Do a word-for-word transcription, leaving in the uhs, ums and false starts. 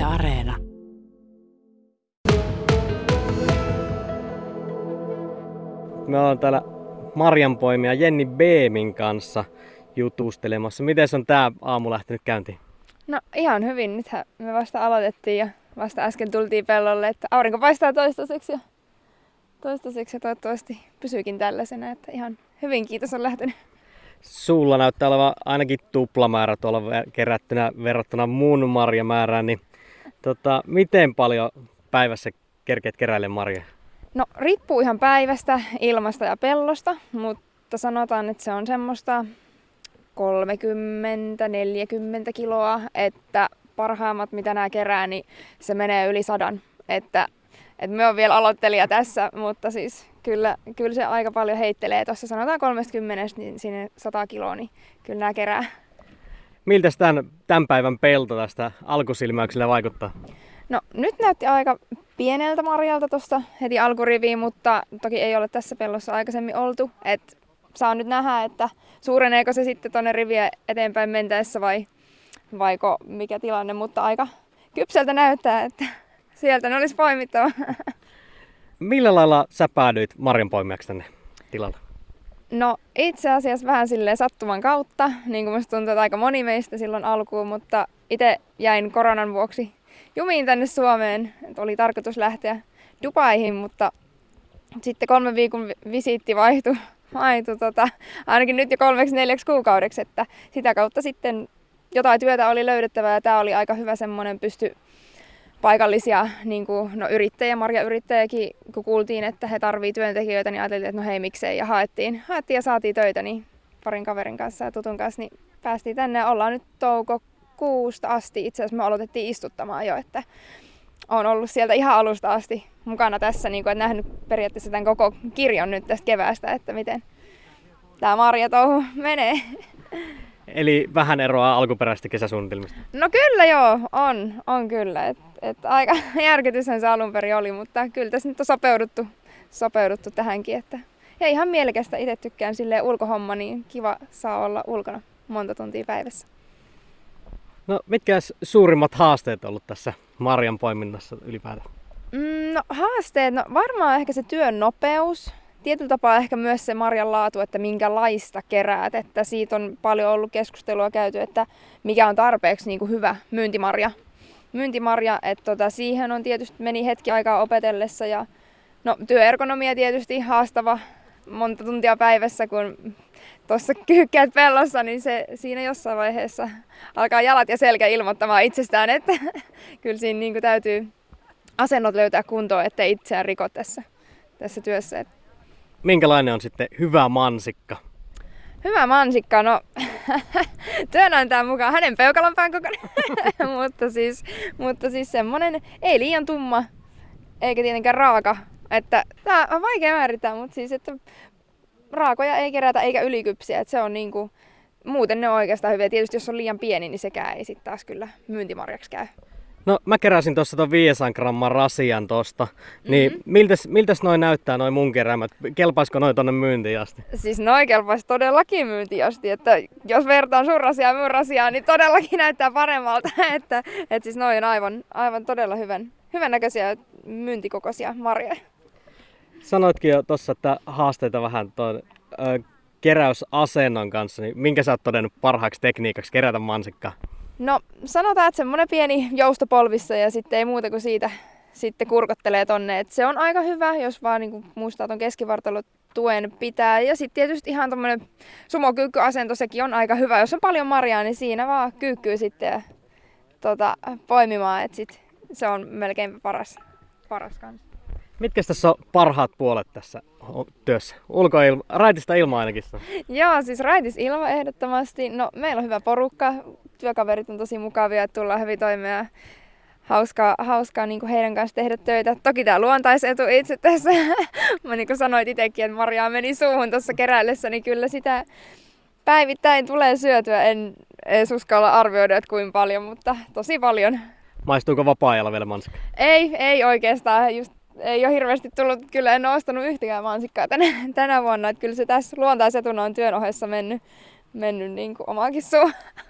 Areena. Me ollaan täällä marjanpoimija Jenni Beemin kanssa jutustelemassa. Miten on tää aamu lähtenyt käyntiin? No ihan hyvin. Nythän me vasta aloitettiin ja vasta äsken tultiin pellolle, että aurinko paistaa toistaiseksi ja, toistaiseksi ja toivottavasti pysyykin tällaisena, että ihan hyvin kiitos on lähtenyt. Sulla näyttää olevan ainakin tuplamäärä tuolla kerättynä verrattuna muun marjamäärään, niin tota, miten paljon päivässä kerkeät keräilemään marjaa? No riippuu ihan päivästä, ilmasta ja pellosta, mutta sanotaan, että se on semmoista kolmekymmentä neljäkymmentä kiloa, että parhaimmat mitä nää kerää, niin se menee yli sadan. Että, että me on vielä aloittelija tässä, mutta siis kyllä, kyllä se aika paljon heittelee. Tuossa sanotaan kolmekymmentä niin sinne sata kiloa, niin kyllä nää kerää. Miltä tämän, tämän päivän pelto tästä alkusilmäyksellä vaikuttaa? No nyt näytti aika pieneltä marjalta tuosta heti alkuriviin, mutta toki ei ole tässä pellossa aikaisemmin oltu. Et saa nyt nähdä, että suureneeko se sitten tuonne riviä eteenpäin mentäessä vai vaiko mikä tilanne, mutta aika kypseltä näyttää, että sieltä ne olisi poimittava. Millä lailla sä päädyit marjanpoimijaksi tänne tilalle? No itse asiassa vähän silleen sattuman kautta, niin kuin musta tuntuu, että aika moni meistä silloin alkuun, mutta itse jäin koronan vuoksi jumiin tänne Suomeen. Et oli tarkoitus lähteä Dubaihin, mutta sitten kolmen viikon visiitti vaihtui, vaihtui tota, ainakin nyt jo kolmeksi neljäksi kuukaudeksi, että sitä kautta sitten jotain työtä oli löydettävää ja tämä oli aika hyvä semmoinen pysty paikallisia niin kuin, no, yrittäjiä, marjayrittäjiäkin, kun kuultiin, että he tarvii työntekijöitä, niin ajateltiin, että no hei miksei, ja haettiin, haettiin ja saatiin töitä niin parin kaverin kanssa ja tutun kanssa, niin päästiin tänne ja ollaan nyt toukokuusta asti, itse asiassa me aloitettiin istuttamaan jo, että olen ollut sieltä ihan alusta asti mukana tässä, niin kuin, että nähnyt periaatteessa tämän koko kirjon nyt tästä keväästä, että miten tämä marjatouhu menee. Eli vähän eroa alkuperäistä kesäsuunnitelmista? No kyllä joo, on, on kyllä. Et, et aika järkytyshän se alun perin oli, mutta kyllä tässä nyt on sopeuduttu, sopeuduttu tähänkin. Että, ja ihan mielekästä, itse tykkään silleen ulkohomma, niin kiva saa olla ulkona monta tuntia päivässä. No mitkä suurimmat haasteet on ollut tässä marjan poiminnassa ylipäätään? Mm, no haasteet, no varmaan ehkä se työn nopeus. Tietyllä tapaa ehkä myös se marjan laatu, että minkälaista keräät, että siitä on paljon ollut keskustelua käyty, että mikä on tarpeeksi niin kuin hyvä myyntimarja. Myyntimarja, että tota, siihen on tietysti meni hetki aikaa opetellessa ja no, työergonomia tietysti haastava monta tuntia päivässä, kun tuossa kyykkäät pellossa, niin se siinä jossain vaiheessa alkaa jalat ja selkä ilmoittamaan itsestään, että kyllä siinä niin kuin täytyy asennot löytää kuntoon, ettei itseään riko tässä, tässä työssä. Minkälainen on sitten hyvä mansikka? Hyvä mansikka, no työnantajan mukaan hänen peukalonpään kokoinen, mutta siis, mutta siis semmonen ei liian tumma eikä tietenkään raaka. Että tää on vaikea määrittää, mutta siis että raakoja ei kerätä eikä ylikypsiä, että se on niinku, muuten ne on oikeastaan hyviä. Tietysti jos on liian pieni, niin sekään ei sitten taas kyllä myyntimarjaksi käy. No mä keräsin tuossa ton viisisataa gramman rasian tosta, niin mm-hmm. miltäs, miltäs noin näyttää noin mun keräämät? Kelpaisiko noin tonne myyntiin asti? Siis noin kelpaisi todellakin myyntiin asti, että jos vertaan sun rasiaa ja mun rasiaa, niin todellakin näyttää paremmalta, että, että siis noin on aivan, aivan todella hyvän, hyvän näköisiä myyntikokoisia marjoja. Sanoitkin jo tossa, että haasteita vähän tuon ö, keräysasennon kanssa, niin minkä sä oot todennut parhaaksi tekniikaksi kerätä mansikkaa? No sanotaan, että semmonen pieni jousto polvissa ja sitten ei muuta kuin siitä sitten kurkottelee tonne. Et se on aika hyvä, jos vaan niin muistaa ton keskivartalotuen pitää. Ja sitten tietysti ihan tommonen sumokyykkyasento, sekin on aika hyvä. Jos on paljon marjaa, niin siinä vaan kyykkyy sitten ja, tota, poimimaan. Et sit se on melkein paras, paras kanssa. Mitkä tässä on parhaat puolet tässä työssä? Ulkoilma, raitista ilma ainakin. Joo, siis raitis ilma ehdottomasti. No, meillä on hyvä porukka. Työkaverit on tosi mukavia, että tullaan hyvin toimeen. Hauskaa, hauskaa niin kuin heidän kanssa tehdä töitä. Toki tämä luontaisetu itse tässä. Mä niin kuin sanoit itsekin, että marjaa meni suuhun tuossa keräillessä, niin kyllä sitä päivittäin tulee syötyä. En edes uskalla arvioida, että kuinka paljon, mutta tosi paljon. Maistuuko vapaa-ajalla vielä mansikka? Ei, ei oikeastaan. Just ei ole hirveästi tullut, kyllä en ole ostanut yhtäkään mansikkaa tänä, tänä vuonna. Että kyllä se tässä luontaisetuna on työn ohessa mennyt, mennyt niin kuin omaankin suun.